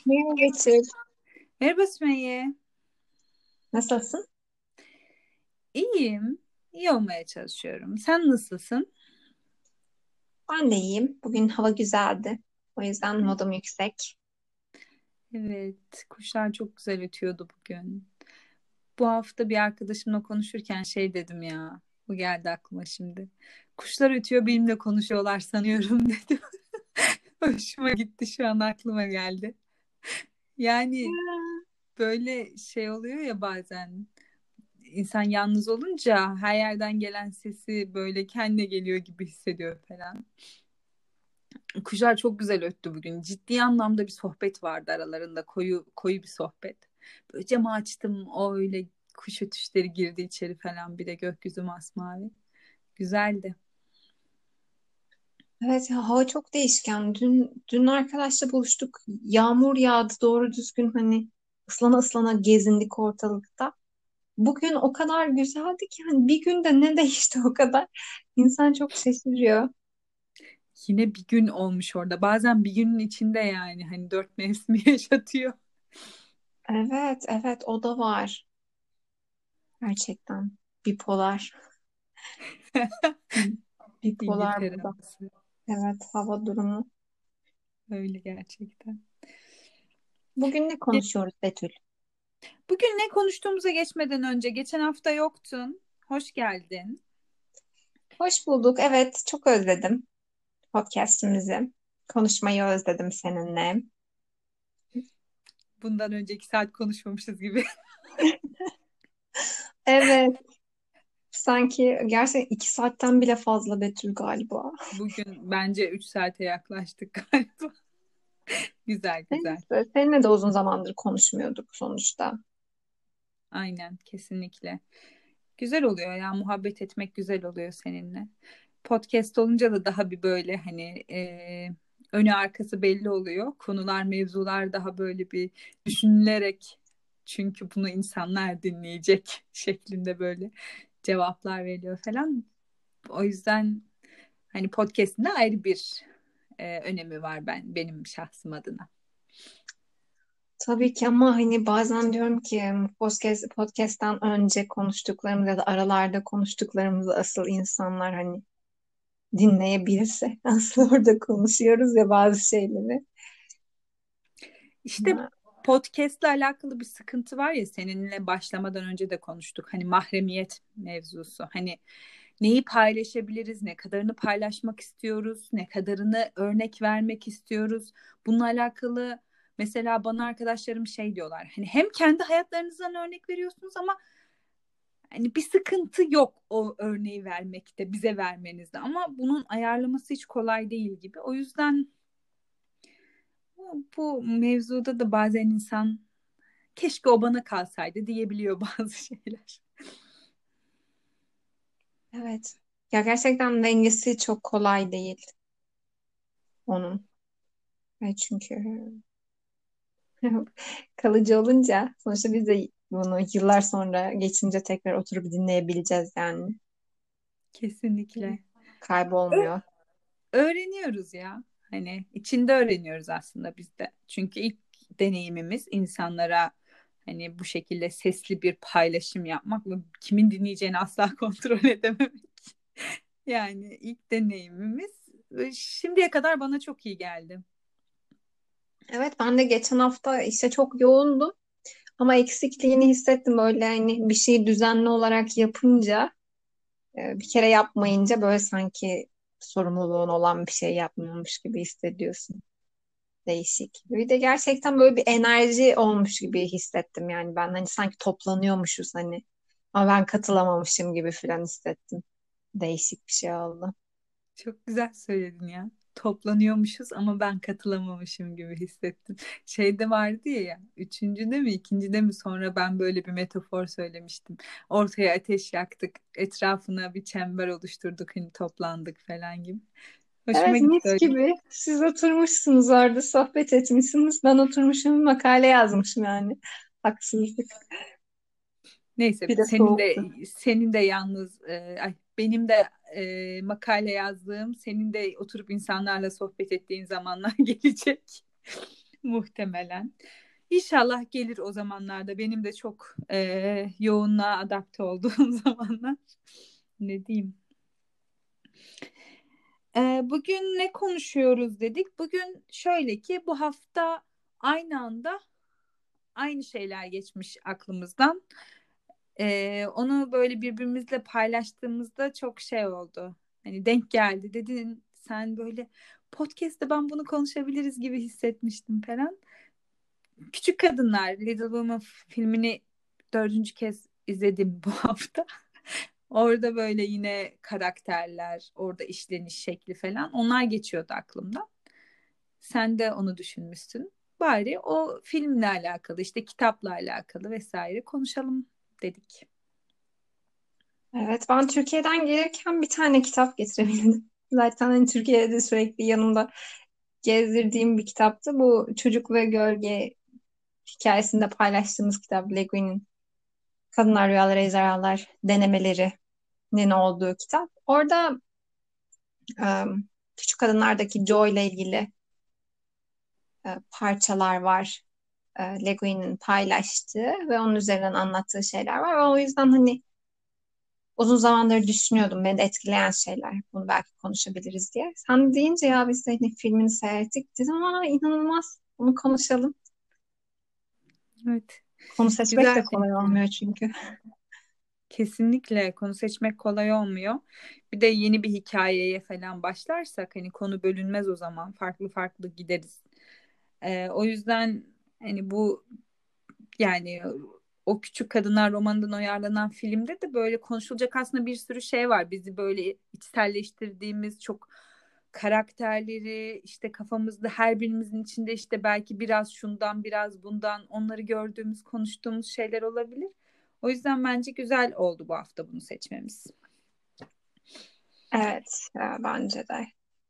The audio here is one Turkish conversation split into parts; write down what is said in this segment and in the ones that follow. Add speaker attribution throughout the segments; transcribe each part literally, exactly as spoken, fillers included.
Speaker 1: Merhaba Betül.
Speaker 2: Merhaba Sümeyye.
Speaker 1: Nasılsın?
Speaker 2: İyiyim. İyi olmaya çalışıyorum. Sen nasılsın?
Speaker 1: Ben de iyiyim. Bugün hava güzeldi. O yüzden modum yüksek.
Speaker 2: Evet, kuşlar çok güzel ötüyordu bugün. Bu hafta bir arkadaşımla konuşurken şey dedim ya. Bu geldi aklıma şimdi. Kuşlar ötüyor, benimle konuşuyorlar sanıyorum dedim. Hoşuma gitti, şu an aklıma geldi. Yani böyle şey oluyor ya bazen. İnsan yalnız olunca her yerden gelen sesi böyle kendine geliyor gibi hissediyor falan. Kuşlar çok güzel öttü bugün. Ciddi anlamda bir sohbet vardı aralarında. Koyu koyu bir sohbet. Böyle camı açtım. O öyle kuş ötüşleri girdi içeri falan. Bir de gökyüzü masmavi. Güzeldi.
Speaker 1: Evet ya, hava çok değişken. Dün, dün arkadaşla buluştuk. Yağmur yağdı doğru düzgün hani ıslana ıslana gezindik ortalıkta. Bugün o kadar güzeldi ki hani bir günde ne değişti o kadar. İnsan çok şaşırıyor.
Speaker 2: Yine bir gün olmuş orada. Bazen bir günün içinde yani hani dört mevsimi yaşatıyor.
Speaker 1: Evet evet o da var. Gerçekten bipolar. Bipolar
Speaker 2: İngiltere
Speaker 1: bu da.
Speaker 2: havası.
Speaker 1: Evet hava durumu.
Speaker 2: Öyle gerçekten.
Speaker 1: Bugün ne
Speaker 2: Ge-
Speaker 1: konuşuyoruz Betül?
Speaker 2: Bugün ne konuştuğumuza geçmeden önce geçen hafta yoktun. Hoş geldin.
Speaker 1: Hoş bulduk. Evet, çok özledim podcast'imizi. Konuşmayı özledim seninle.
Speaker 2: Bundan önceki saat konuşmamışız gibi.
Speaker 1: Evet, sanki gerçekten iki saatten bile fazla Betül galiba.
Speaker 2: Bugün bence üç saate yaklaştık galiba. Güzel güzel.
Speaker 1: Neyse, seninle de uzun zamandır konuşmuyorduk sonuçta.
Speaker 2: Aynen kesinlikle. Güzel oluyor ya, muhabbet etmek güzel oluyor seninle. Podcast olunca da daha bir böyle hani e, önü arkası belli oluyor. Konular, mevzular daha böyle bir düşünülerek, çünkü bunu insanlar dinleyecek şeklinde böyle cevaplar veriyor falan. O yüzden hani podcast'in de ayrı bir e, önemi var ben benim şahsım adına.
Speaker 1: Tabii ki ama hani bazen diyorum ki podcast, podcast'ten önce konuştuklarımız ya da aralarda konuştuklarımızı asıl insanlar hani dinleyebilirse. Aslında orada konuşuyoruz ya bazı şeyleri.
Speaker 2: İşte podcast'le alakalı bir sıkıntı var ya, seninle başlamadan önce de konuştuk. Hani mahremiyet mevzusu. Hani neyi paylaşabiliriz, ne kadarını paylaşmak istiyoruz, ne kadarını örnek vermek istiyoruz. Bununla alakalı mesela bana arkadaşlarım şey diyorlar. Hani hem kendi hayatlarınızdan örnek veriyorsunuz ama hani bir sıkıntı yok o örneği vermekte, bize vermenizde. Ama bunun ayarlaması hiç kolay değil gibi. O yüzden bu, bu mevzuda da bazen insan keşke o bana kalsaydı diyebiliyor bazı şeyler.
Speaker 1: Evet. Ya gerçekten dengesi çok kolay değil onun. Ve çünkü kalıcı olunca sonuçta biz de bunu yıllar sonra geçince tekrar oturup dinleyebileceğiz yani.
Speaker 2: Kesinlikle. Ö-
Speaker 1: Kaybolmuyor.
Speaker 2: öğreniyoruz ya. Hani içinde öğreniyoruz aslında biz de. Çünkü ilk deneyimimiz insanlara hani bu şekilde sesli bir paylaşım yapmak ve kimin dinleyeceğini asla kontrol edememek. Yani ilk deneyimimiz e, şimdiye kadar bana çok iyi geldi.
Speaker 1: Evet ben de geçen hafta işte çok yoğundum ama eksikliğini hissettim böyle hani bir şeyi düzenli olarak yapınca e, bir kere yapmayınca böyle sanki sorumluluğun olan bir şey yapmıyormuş gibi hissediyorsun. Değişik. Bir de gerçekten böyle bir enerji olmuş gibi hissettim yani ben hani sanki toplanıyormuşuz hani ama ben katılamamışım gibi falan hissettim. Değişik bir şey oldu.
Speaker 2: Çok güzel söyledin ya. Toplanıyormuşuz ama ben katılamamışım gibi hissettim. Şeyde vardı ya, ya üçüncüde mi ikincide mi sonra ben böyle bir metafor söylemiştim. Ortaya ateş yaktık, etrafına bir çember oluşturduk, hani toplandık falan gibi. Hoşuma
Speaker 1: Evet
Speaker 2: gitti
Speaker 1: mis
Speaker 2: öyle.
Speaker 1: gibi. Siz oturmuşsunuz orada sohbet etmişsiniz. Ben oturmuşum makale yazmışım yani. Haksızlık.
Speaker 2: Neyse
Speaker 1: Bir de
Speaker 2: senin de
Speaker 1: soğuktu.
Speaker 2: senin de yalnız e, ay, benim de e, makale yazdığım, senin de oturup insanlarla sohbet ettiğin zamanlar gelecek. Muhtemelen. İnşallah gelir o zamanlarda. Benim de çok e, yoğunluğa adapte olduğum zamanlar. Ne diyeyim? E, bugün ne konuşuyoruz dedik. Bugün şöyle ki bu hafta aynı anda aynı şeyler geçmiş aklımızdan. E, onu böyle birbirimizle paylaştığımızda çok şey oldu. Hani denk geldi. Dedin sen böyle podcast'te ben bunu konuşabiliriz gibi hissetmiştim falan. Küçük Kadınlar, Little Women filmini dördüncü kez izledim bu hafta. Orada böyle yine karakterler, orada işleniş şekli falan onlar geçiyordu aklımda. Sen de onu düşünmüşsün. Bari o filmle alakalı, işte kitapla alakalı vesaire konuşalım dedik.
Speaker 1: Evet, ben Türkiye'den gelirken bir tane kitap getirebildim. Zaten hani Türkiye'de sürekli yanımda gezdirdiğim bir kitaptı. Bu Çocuk ve Gölge hikayesinde paylaştığımız kitap Le Guin'in Kadınlar Rüyalar Ejderhalar denemelerinin olduğu kitap. Orada e, küçük kadınlardaki Joy ile ilgili e, parçalar var. E, Le Guin'in paylaştığı ve onun üzerinden anlattığı şeyler var. Ve o yüzden hani uzun zamandır düşünüyordum beni de etkileyen şeyler. Bunu belki konuşabiliriz diye. Sen deyince ya biz de hani filmini seyrettik dedim ama inanılmaz. Bunu konuşalım.
Speaker 2: Evet.
Speaker 1: Konu seçmek de
Speaker 2: Güzel denk
Speaker 1: kolay
Speaker 2: geldi.
Speaker 1: olmuyor çünkü.
Speaker 2: Kesinlikle konu seçmek kolay olmuyor. Bir de yeni bir hikayeye falan başlarsak hani konu bölünmez o zaman. Farklı farklı gideriz. Ee, o yüzden hani bu yani o Küçük Kadınlar romanından uyarlanan filmde de böyle konuşulacak aslında bir sürü şey var. Bizi böyle içselleştirdiğimiz çok karakterleri işte kafamızda her birimizin içinde işte belki biraz şundan biraz bundan onları gördüğümüz konuştuğumuz şeyler olabilir. O yüzden bence güzel oldu bu hafta bunu seçmemiz.
Speaker 1: Evet, e, bence de.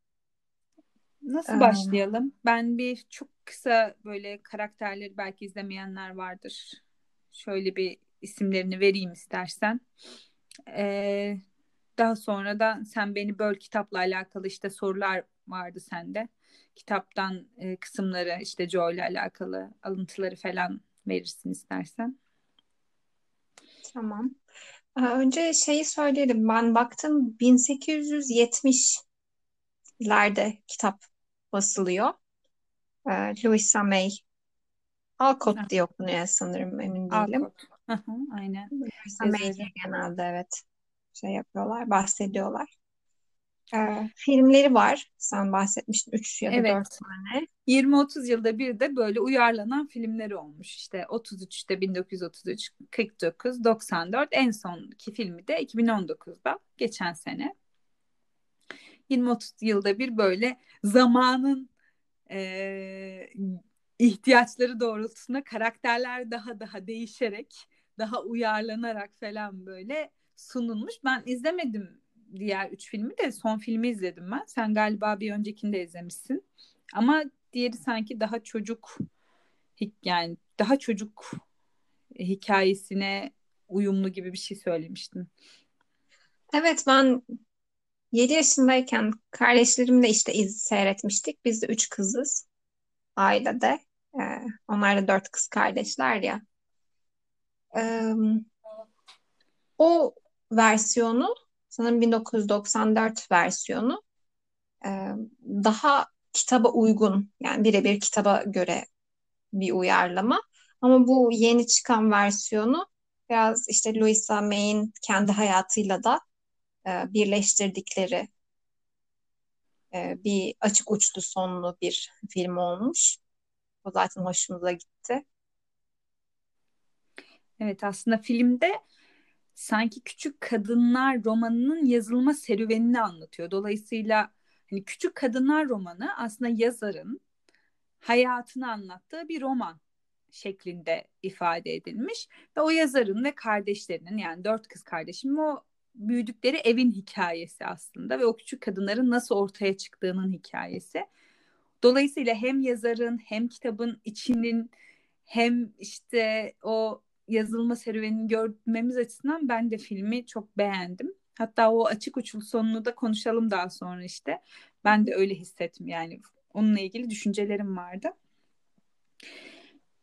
Speaker 2: Nasıl
Speaker 1: E,
Speaker 2: başlayalım? Ben bir çok kısa böyle karakterleri belki izlemeyenler vardır. Şöyle bir isimlerini vereyim istersen. Ee, Daha sonra da sen beni böl kitapla alakalı işte sorular vardı sende. Kitaptan e, kısımları işte Joe ile alakalı alıntıları falan verirsin istersen.
Speaker 1: tamam. E, önce şeyi söyleyelim. Ben baktım bin sekiz yüz yetmişlerde kitap basılıyor. E, Louisa May Alcott
Speaker 2: Ha,
Speaker 1: diye okunuyor sanırım, emin değilim.
Speaker 2: Alcott. Aha, aynen
Speaker 1: Louisa May
Speaker 2: yazarı.
Speaker 1: diye genelde evet şey yapıyorlar, bahsediyorlar. Ee, filmleri var. Sen bahsetmiştin üç ya da dört
Speaker 2: Evet.
Speaker 1: tane.
Speaker 2: yirmi otuz yılda bir de böyle uyarlanan filmleri olmuş. İşte otuz üçte bin dokuz yüz otuz üç, kırk dokuz, doksan dört en sonki filmi de iki bin on dokuzda geçen sene. yirmi otuz yılda bir böyle zamanın e, ihtiyaçları doğrultusunda karakterler daha daha değişerek, daha uyarlanarak falan böyle sunulmuş. Ben izlemedim diğer üç filmi de son filmi izledim ben. Sen galiba bir öncekini de izlemişsin. Ama diğeri sanki daha çocuk yani daha çocuk hikayesine uyumlu gibi bir şey söylemiştin.
Speaker 1: Evet, ben yedi yaşındayken kardeşlerimle işte iz seyretmiştik. Biz de üç kızız ailede. Ee, onlar da dört kız kardeşler ya. Ee, o versiyonu sanırım bin dokuz yüz doksan dört versiyonu e, daha kitaba uygun, yani birebir kitaba göre bir uyarlama. Ama bu yeni çıkan versiyonu biraz işte Louisa May'in kendi hayatıyla da e, birleştirdikleri e, bir açık uçlu sonlu bir film olmuş. O zaten hoşumuza gitti.
Speaker 2: Evet aslında filmde sanki Küçük Kadınlar romanının yazılma serüvenini anlatıyor. Dolayısıyla hani Küçük Kadınlar romanı aslında yazarın hayatını anlattığı bir roman şeklinde ifade edilmiş ve o yazarın ve kardeşlerinin yani dört kız kardeşim o büyüdükleri evin hikayesi aslında ve o küçük kadınların nasıl ortaya çıktığının hikayesi. Dolayısıyla hem yazarın hem kitabın içinin hem işte o yazılma serüvenini görmemiz açısından ben de filmi çok beğendim. Hatta o açık uçlu sonunu da konuşalım daha sonra işte. Ben de öyle hissettim yani onunla ilgili düşüncelerim vardı.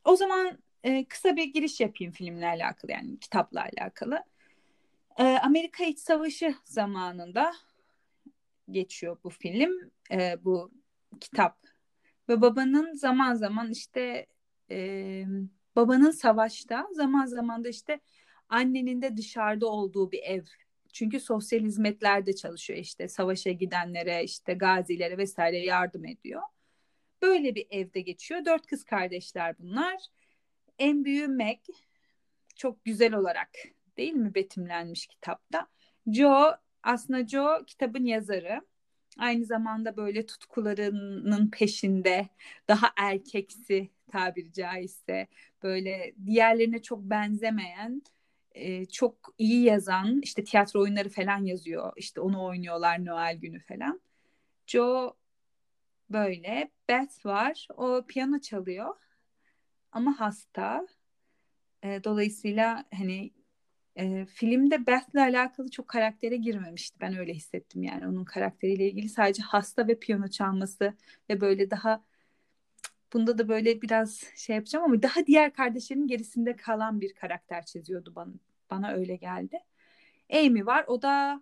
Speaker 2: O zaman e, kısa bir giriş yapayım filmle alakalı, yani kitapla alakalı. E, Amerika İç Savaşı zamanında geçiyor bu film, e, bu kitap. Ve babanın zaman zaman işte e, babanın savaşta, zaman zaman da işte annenin de dışarıda olduğu bir ev. Çünkü sosyal hizmetlerde çalışıyor, işte savaşa gidenlere, işte gazilere vesaire yardım ediyor. Böyle bir evde geçiyor. Dört kız kardeşler bunlar. En büyüğü Meg, çok güzel olarak değil mi betimlenmiş kitapta. Joe, aslında Joe kitabın yazarı. Aynı zamanda böyle tutkularının peşinde, daha erkeksi tabiri caizse, böyle diğerlerine çok benzemeyen, e, çok iyi yazan, işte tiyatro oyunları falan yazıyor. İşte onu oynuyorlar Noel günü falan. Joe böyle. Beth var. O piyano çalıyor ama hasta. E, dolayısıyla hani e, filmde Beth'le alakalı çok karaktere girmemişti. Ben öyle hissettim yani, onun karakteriyle ilgili sadece hasta ve piyano çalması ve böyle daha, bunda da böyle biraz şey yapacağım ama daha diğer kardeşlerin gerisinde kalan bir karakter çiziyordu bana. Bana öyle geldi. Amy var. O da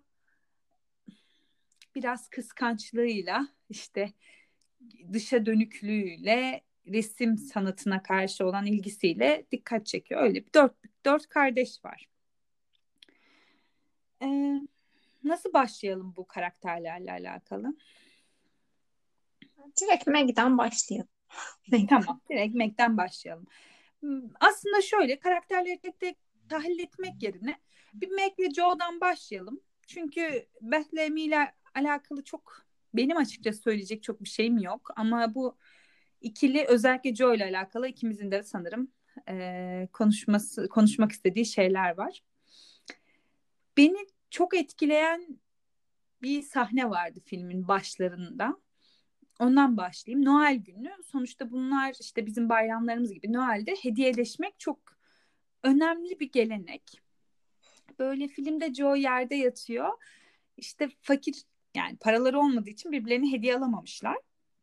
Speaker 2: biraz kıskançlığıyla, işte dışa dönüklüğüyle, resim sanatına karşı olan ilgisiyle dikkat çekiyor. Öyle bir dört, dört kardeş var. Ee, Nasıl başlayalım bu karakterlerle alakalı?
Speaker 1: Direkt Meg'den başlayalım. Meg.
Speaker 2: Tamam, direkt Meg'den başlayalım. Hmm, Aslında şöyle, karakterleri tek tek tahlil etmek yerine bir Meg ve Joe'dan başlayalım. Çünkü Beth'le Amy ile alakalı çok, benim açıkçası söyleyecek çok bir şeyim yok. Ama bu ikili, özellikle Joe ile alakalı ikimizin de sanırım e, konuşması konuşmak istediği şeyler var. Beni çok etkileyen bir sahne vardı filmin başlarında. Ondan başlayayım. Noel günü. Sonuçta bunlar işte bizim bayramlarımız gibi. Noel'de hediyeleşmek çok önemli bir gelenek. Böyle filmde Joe yerde yatıyor. İşte fakir, yani paraları olmadığı için birbirlerine hediye alamamışlar.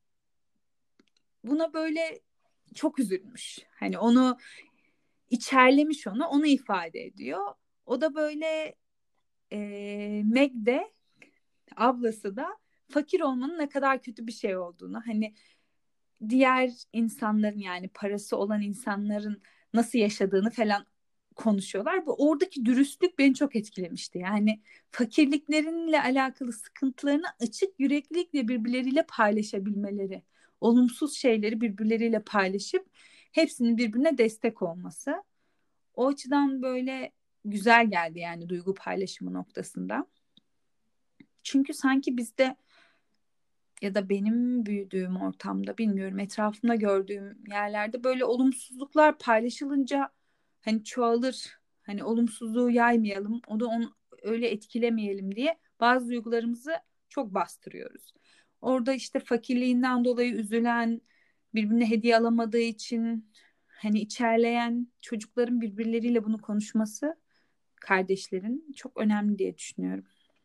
Speaker 2: Buna böyle çok üzülmüş. Hani onu içerlemiş, onu, onu ifade ediyor. O da böyle e, Meg de, ablası da fakir olmanın ne kadar kötü bir şey olduğunu, hani diğer insanların, yani parası olan insanların nasıl yaşadığını falan konuşuyorlar. Bu oradaki dürüstlük beni çok etkilemişti. Yani fakirliklerinle alakalı sıkıntılarını açık yüreklilikle birbirleriyle paylaşabilmeleri, olumsuz şeyleri birbirleriyle paylaşıp hepsinin birbirine destek olması. O açıdan böyle güzel geldi yani, duygu paylaşımı noktasında. Çünkü sanki bizde, ya da benim büyüdüğüm ortamda, bilmiyorum, etrafımda gördüğüm yerlerde böyle olumsuzluklar paylaşılınca hani çoğalır. Hani olumsuzluğu yaymayalım, o da onu öyle etkilemeyelim diye bazı duygularımızı çok bastırıyoruz. Orada işte fakirliğinden dolayı üzülen, birbirine hediye alamadığı için hani içerleyen çocukların birbirleriyle bunu konuşması, kardeşlerin, çok önemli diye düşünüyorum.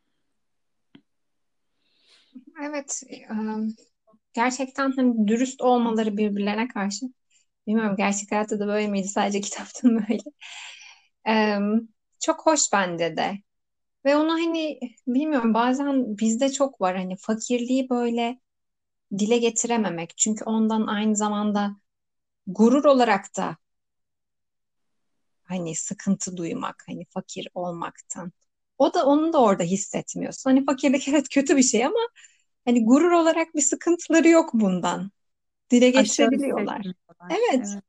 Speaker 1: Evet, e, gerçekten hani dürüst olmaları birbirlerine karşı. Bilmiyorum, gerçek hayatta da böyle miydi? Sadece kitapta mı böyle? E, Çok hoş bence de. Ve onu hani bilmiyorum, bazen bizde çok var hani fakirliği böyle dile getirememek. Çünkü ondan aynı zamanda gurur olarak da hani sıkıntı duymak, hani fakir olmaktan. O da, onu da orada hissetmiyorsun. Hani fakirlik evet kötü bir şey ama hani gurur olarak bir sıkıntıları yok bundan. Dile
Speaker 2: Aşağı
Speaker 1: getirebiliyorlar.
Speaker 2: hissetmiyorlar.
Speaker 1: Evet.
Speaker 2: Evet.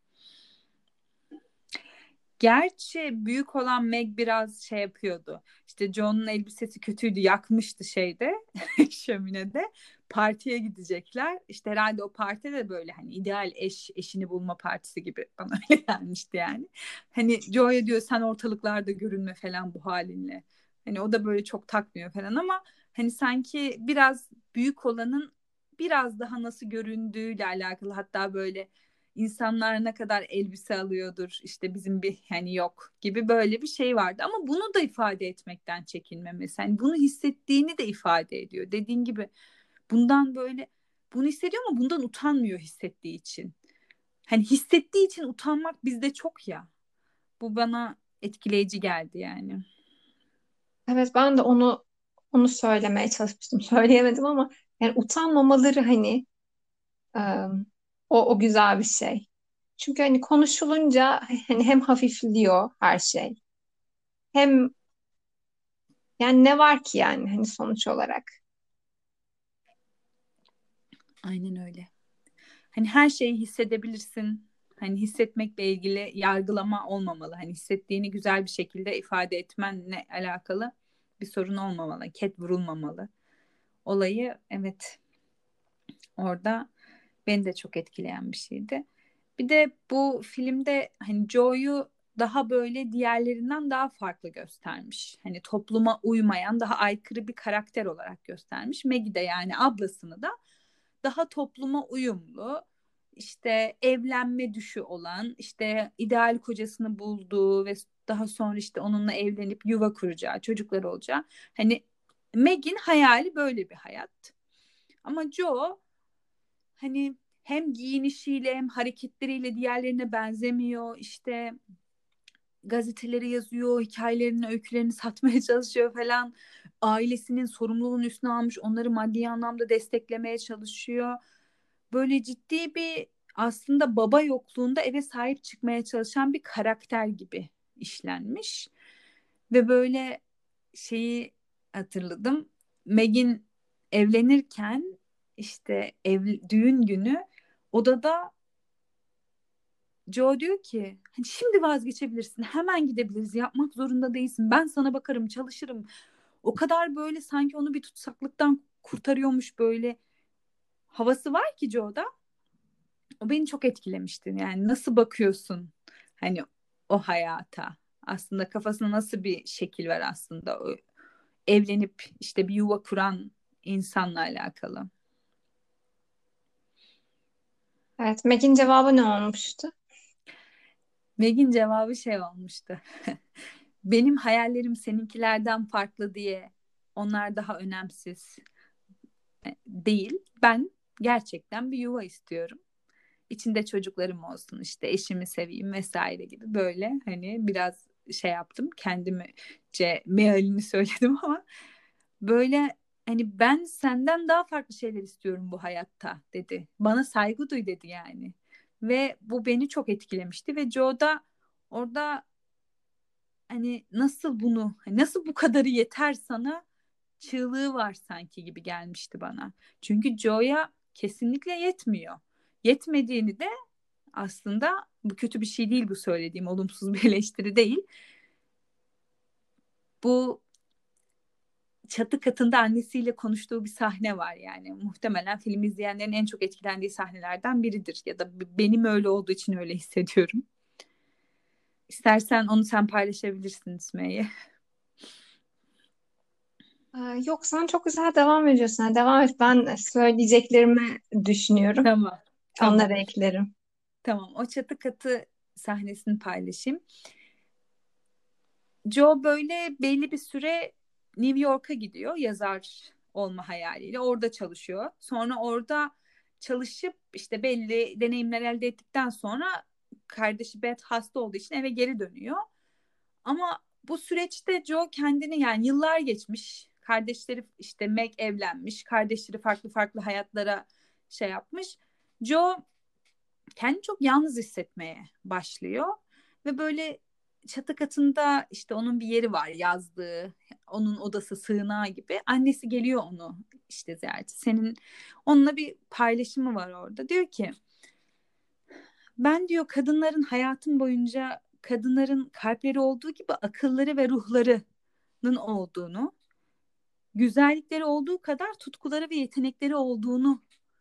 Speaker 2: Gerçi büyük olan Meg biraz şey yapıyordu. İşte John'un elbisesi kötüydü, yakmıştı şeyde, şöminede. Partiye gidecekler. İşte herhalde o partide de böyle hani ideal eş, eşini bulma partisi gibi bana öyle gelmişti yani. Hani Joe'ya diyor sen ortalıklarda görünme falan bu halinle. Hani o da böyle çok takmıyor falan ama hani sanki biraz büyük olanın biraz daha nasıl göründüğüyle alakalı, hatta böyle insanlar ne kadar elbise alıyordur işte bizim bir hani yok gibi, böyle bir şey vardı ama bunu da ifade etmekten çekinmemesi, hani bunu hissettiğini de ifade ediyor dediğin gibi, bundan böyle bunu hissediyor ama bundan utanmıyor hissettiği için. Hani hissettiği için utanmak bizde çok ya. Bu bana etkileyici geldi yani.
Speaker 1: Evet, ben de onu onu söylemeye çalışmıştım. Söyleyemedim ama yani utanmamaları hani e, o o güzel bir şey. Çünkü hani konuşulunca hani hem hafifliyor her şey. Hem yani ne var ki yani hani sonuç olarak.
Speaker 2: Aynen öyle. Hani her şeyi hissedebilirsin. Hani hissetmekle ilgili yargılama olmamalı. Hani hissettiğini güzel bir şekilde ifade etmenle alakalı bir sorun olmamalı. Ket vurulmamalı. Olayı evet, orada beni de çok etkileyen bir şeydi. Bir de bu filmde hani Joe'yu daha böyle diğerlerinden daha farklı göstermiş. Hani topluma uymayan, daha aykırı bir karakter olarak göstermiş. Maggie de, yani ablasını da daha topluma uyumlu, işte evlenme düşü olan, işte ideal kocasını bulduğu ve daha sonra işte onunla evlenip yuva kuracağı, çocuklar olacağı. Hani Meg'in hayali böyle bir hayat. Ama Joe hani hem giyinişiyle hem hareketleriyle diğerlerine benzemiyor. İşte gazeteleri yazıyor, hikayelerini, öykülerini satmaya çalışıyor falan. Ailesinin sorumluluğunu üstüne almış, onları maddi anlamda desteklemeye çalışıyor. Böyle ciddi bir, aslında baba yokluğunda eve sahip çıkmaya çalışan bir karakter gibi işlenmiş. Ve böyle şeyi hatırladım. Meg'in evlenirken işte ev, düğün günü odada Joe diyor ki hani şimdi vazgeçebilirsin, hemen gidebiliriz, yapmak zorunda değilsin, ben sana bakarım, çalışırım. O kadar böyle sanki onu bir tutsaklıktan kurtarıyormuş böyle havası var ki Joe'da. O beni çok etkilemişti. Yani nasıl bakıyorsun hani o hayata? Aslında kafasında nasıl bir şekil var aslında o evlenip işte bir yuva kuran insanla alakalı.
Speaker 1: Evet, Meg'in cevabı ne olmuştu?
Speaker 2: Meg'in cevabı şey olmuştu. Benim hayallerim seninkilerden farklı diye onlar daha önemsiz e, değil. Ben gerçekten bir yuva istiyorum. İçinde çocuklarım olsun, işte eşimi seveyim vesaire gibi, böyle hani biraz şey yaptım, kendimce mealini söyledim ama böyle hani ben senden daha farklı şeyler istiyorum bu hayatta dedi. Bana saygı duy dedi yani. Ve bu beni çok etkilemişti ve Joe da orada hani nasıl bunu, hani nasıl bu kadarı yeter sana çığlığı var sanki gibi gelmişti bana. Çünkü Joe'ya kesinlikle yetmiyor. Yetmediğini de, aslında bu kötü bir şey değil, bu söylediğim olumsuz bir eleştiri değil. Bu çatı katında annesiyle konuştuğu bir sahne var yani. Muhtemelen film izleyenlerin en çok etkilendiği sahnelerden biridir. Ya da benim öyle olduğu için öyle hissediyorum. İstersen onu sen paylaşabilirsin Sümeyye.
Speaker 1: Aa, yok, sen çok güzel devam ediyorsun. Yani devam et. Ben söyleyeceklerimi düşünüyorum.
Speaker 2: Tamam.
Speaker 1: Onları
Speaker 2: Tamam.
Speaker 1: eklerim.
Speaker 2: Tamam. O çatı katı sahnesini paylaşayım. Joe böyle belli bir süre New York'a gidiyor yazar olma hayaliyle. Orada çalışıyor. Sonra orada çalışıp işte belli deneyimler elde ettikten sonra kardeşi Beth hasta olduğu için eve geri dönüyor. Ama bu süreçte Joe kendini, yani yıllar geçmiş. Kardeşleri işte Meg evlenmiş. Kardeşleri farklı farklı hayatlara şey yapmış. Joe kendini çok yalnız hissetmeye başlıyor ve böyle çatı katında işte onun bir yeri var yazdığı, onun odası sığınağı gibi. Annesi geliyor onu işte ziyaret. Senin onunla bir paylaşımı var orada. Diyor ki ben diyor kadınların hayatım boyunca kadınların kalpleri olduğu gibi akılları ve ruhlarının olduğunu, güzellikleri olduğu kadar tutkuları ve yetenekleri olduğunu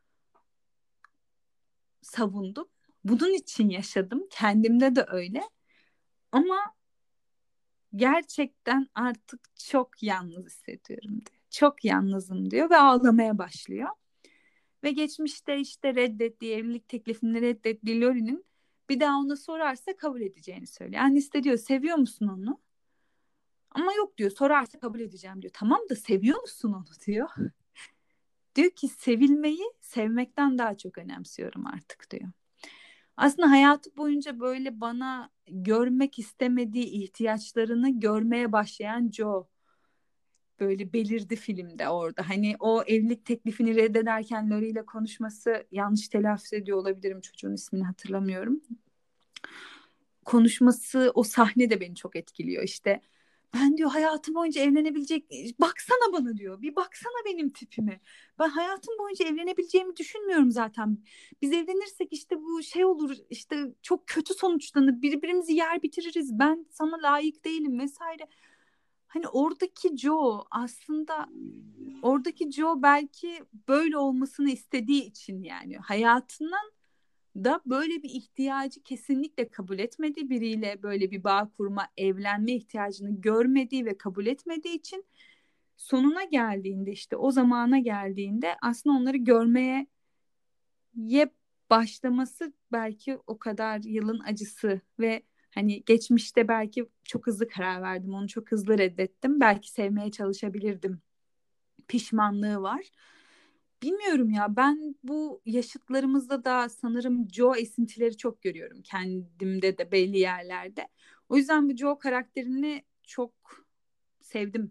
Speaker 2: savundum. Bunun için yaşadım. Kendimde de öyle. Ama gerçekten artık çok yalnız hissediyorum diyor. Çok yalnızım diyor ve ağlamaya başlıyor. Ve geçmişte işte reddettiği, evlilik teklifini reddettiği Lori'nin bir daha ona sorarsa kabul edeceğini söylüyor. Annesi de diyor seviyor musun onu? Ama yok diyor, sorarsa kabul edeceğim diyor. Tamam da seviyor musun onu diyor. Diyor ki sevilmeyi sevmekten daha çok önemsiyorum artık diyor. Aslında hayatı boyunca böyle bana görmek istemediği ihtiyaçlarını görmeye başlayan Joe böyle belirdi filmde orada. Hani o evlilik teklifini reddederken Lori ile konuşması, yanlış telaffuz ediyor olabilirim, çocuğun ismini hatırlamıyorum. Konuşması, o sahne de beni çok etkiliyor. İşte ben diyor hayatım boyunca evlenebilecek, baksana bana diyor, bir baksana benim tipime. Ben hayatım boyunca evlenebileceğimi düşünmüyorum zaten. Biz evlenirsek işte bu şey olur, işte çok kötü sonuçlanır, birbirimizi yer bitiririz, ben sana layık değilim vesaire. Hani oradaki Joe aslında, oradaki Joe belki böyle olmasını istediği için, yani hayatından da böyle bir ihtiyacı kesinlikle kabul etmediği, biriyle böyle bir bağ kurma, evlenme ihtiyacını görmediği ve kabul etmediği için sonuna geldiğinde, işte o zamana geldiğinde aslında onları görmeye ye başlaması belki o kadar yılın acısı ve hani geçmişte belki çok hızlı karar verdim, onu çok hızlı reddettim, belki sevmeye çalışabilirdim pişmanlığı var. Bilmiyorum ya, ben bu yaşıtlarımızda da sanırım Joe esintileri çok görüyorum, kendimde de belli yerlerde. O yüzden bu Joe karakterini çok sevdim.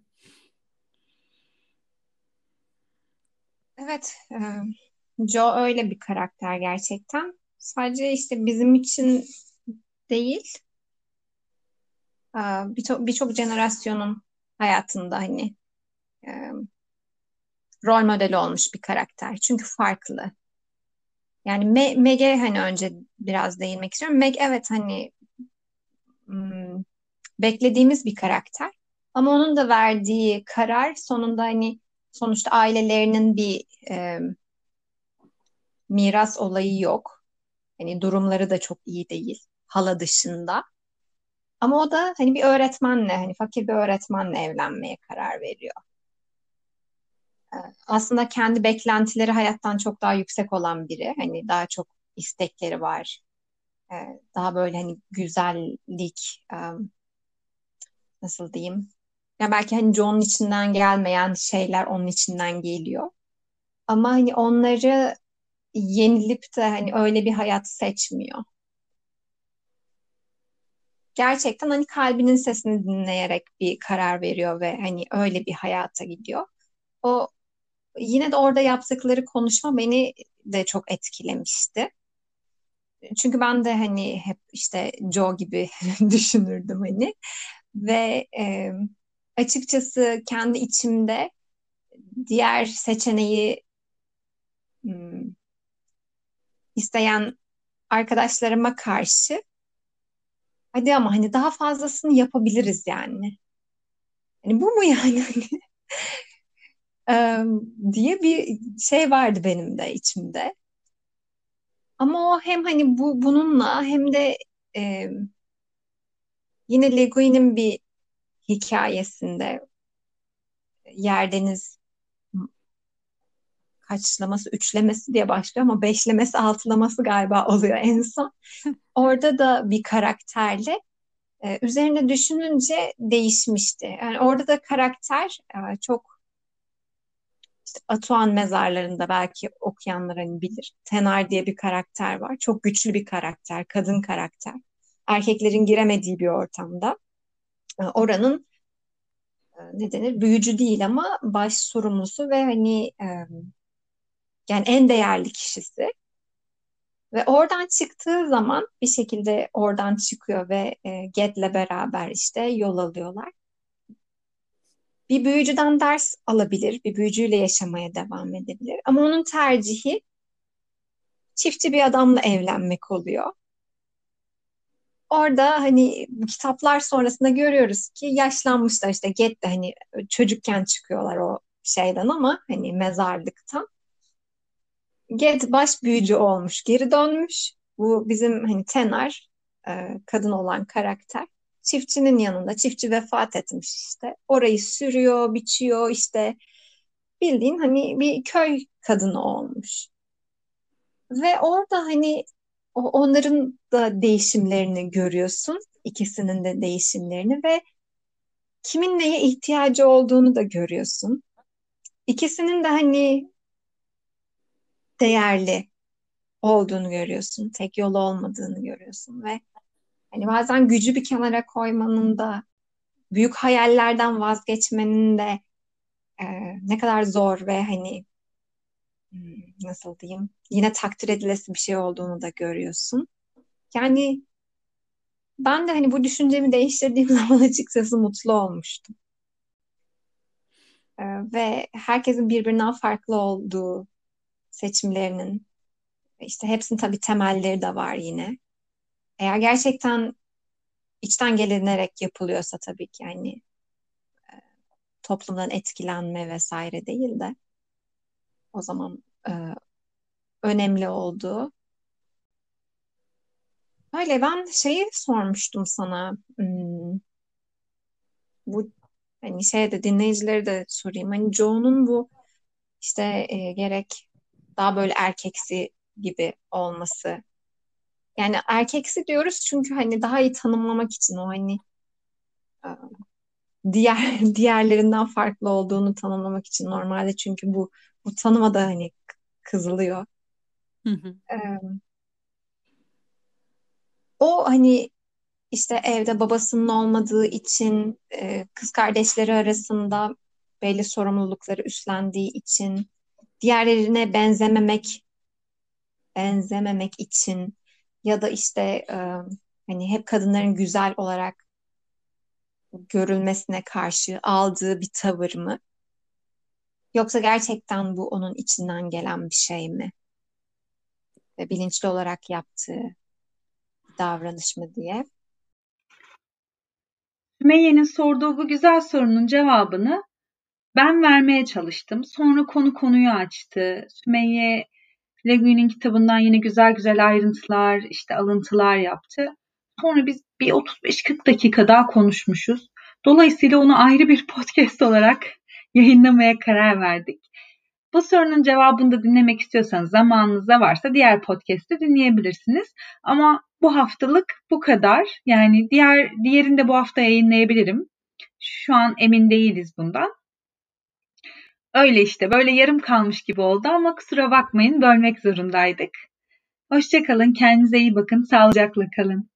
Speaker 1: Evet, e, Joe öyle bir karakter gerçekten. Sadece işte bizim için değil, e, birçok birçok jenerasyonun hayatında hani e, rol modeli olmuş bir karakter. Çünkü farklı. Yani Me- Meg'e hani önce biraz değinmek istiyorum. Meg evet hani hmm, beklediğimiz bir karakter. Ama onun da verdiği karar sonunda hani sonuçta ailelerinin bir e, miras olayı yok. Hani durumları da çok iyi değil hala dışında. Ama o da hani bir öğretmenle hani fakir bir öğretmenle evlenmeye karar veriyor. Ee, Aslında kendi beklentileri hayattan çok daha yüksek olan biri. Hani daha çok istekleri var. Ee, Daha böyle hani güzellik, e, nasıl diyeyim? Ya belki hani John'un içinden gelmeyen şeyler onun içinden geliyor. Ama hani onları yenilip de hani öyle bir hayat seçmiyor. Gerçekten hani kalbinin sesini dinleyerek bir karar veriyor ve hani öyle bir hayata gidiyor. O yine de orada yaptıkları konuşma beni de çok etkilemişti. Çünkü ben de hani hep işte Joe gibi düşünürdüm hani ve e, açıkçası kendi içimde diğer seçeneği hmm, isteyen arkadaşlarıma karşı hadi ama hani daha fazlasını yapabiliriz yani. Hani bu mu yani? Ee, diye bir şey vardı benim de içimde. Ama o hem hani bu bununla hem de e, yine Le Guin'in bir hikayesinde Yerdeniz kaçlaması, üçlemesi diye başlıyor ama beşlemesi, altılaması galiba oluyor en son. Orada da bir karakterle e, üzerine düşününce değişmişti. Yani orada da karakter e, çok işte Atuan mezarlarında belki okuyanlar hani bilir. Tenar diye bir karakter var. Çok güçlü bir karakter, kadın karakter. Erkeklerin giremediği bir ortamda. E, oranın e, ne denir? Büyücü değil ama baş sorumlusu ve hani e, yani en değerli kişisi. Ve oradan çıktığı zaman bir şekilde oradan çıkıyor ve e, Ged'le beraber işte yol alıyorlar. Bir büyücüden ders alabilir, bir büyücüyle yaşamaya devam edebilir. Ama onun tercihi çiftçi bir adamla evlenmek oluyor. Orada hani bu kitaplar sonrasında görüyoruz ki yaşlanmışlar işte Ged de hani çocukken çıkıyorlar o şeyden ama hani mezarlıktan. Ged baş büyücü olmuş, geri dönmüş. Bu bizim hani Tenar e, kadın olan karakter. Çiftçinin yanında, çiftçi vefat etmiş işte. Orayı sürüyor, biçiyor işte bildiğin hani bir köy kadını olmuş. Ve orada hani o- onların da değişimlerini görüyorsun. İkisinin de değişimlerini ve kimin neye ihtiyacı olduğunu da görüyorsun. İkisinin de hani değerli olduğunu görüyorsun. Tek yolu olmadığını görüyorsun ve hani bazen gücü bir kenara koymanın da büyük hayallerden vazgeçmenin de e, ne kadar zor ve hani hmm, nasıl diyeyim yine takdir edilesi bir şey olduğunu da görüyorsun. Yani ben de hani bu düşüncemi değiştirdiğim zaman açıkçası mutlu olmuştum. E, ve herkesin birbirinden farklı olduğu seçimlerinin işte hepsinin tabii temelleri de var yine. Eğer gerçekten içten gelinerek yapılıyorsa tabii ki yani toplumdan etkilenme vesaire değil de o zaman e, önemli olduğu. Öyle ben şeyi sormuştum sana. Hmm, bu hani şeyde dinleyicileri de sorayım. Hani Joe'nun bu işte e, gerek daha böyle erkeksi gibi olması. Yani erkeksi diyoruz çünkü hani daha iyi tanımlamak için o hani e, diğer diğerlerinden farklı olduğunu tanımlamak için normalde çünkü bu bu tanıma da hani kızılıyor.
Speaker 2: Hı hı.
Speaker 1: E, o hani işte evde babasının olmadığı için e, kız kardeşleri arasında belli sorumlulukları üstlendiği için diğerlerine benzememek benzememek için ya da işte e, hani hep kadınların güzel olarak görülmesine karşı aldığı bir tavır mı? Yoksa gerçekten bu onun içinden gelen bir şey mi? Ve bilinçli olarak yaptığı bir davranış mı diye.
Speaker 2: Sümeyye'nin sorduğu bu güzel sorunun cevabını ben vermeye çalıştım. Sonra konu konuyu açtı. Sümeyye Le Guin'in kitabından yine güzel güzel ayrıntılar, işte alıntılar yaptı. Sonra biz bir otuz beş kırk dakika daha konuşmuşuz. Dolayısıyla onu ayrı bir podcast olarak yayınlamaya karar verdik. Bu sorunun cevabını da dinlemek istiyorsanız zamanınız da varsa diğer podcast'te dinleyebilirsiniz. Ama bu haftalık bu kadar. Yani diğer diğerini de bu hafta yayınlayabilirim. Şu an emin değiliz bundan. Öyle işte böyle yarım kalmış gibi oldu ama kusura bakmayın bölmek zorundaydık. Hoşça kalın, kendinize iyi bakın, sağlıcakla kalın.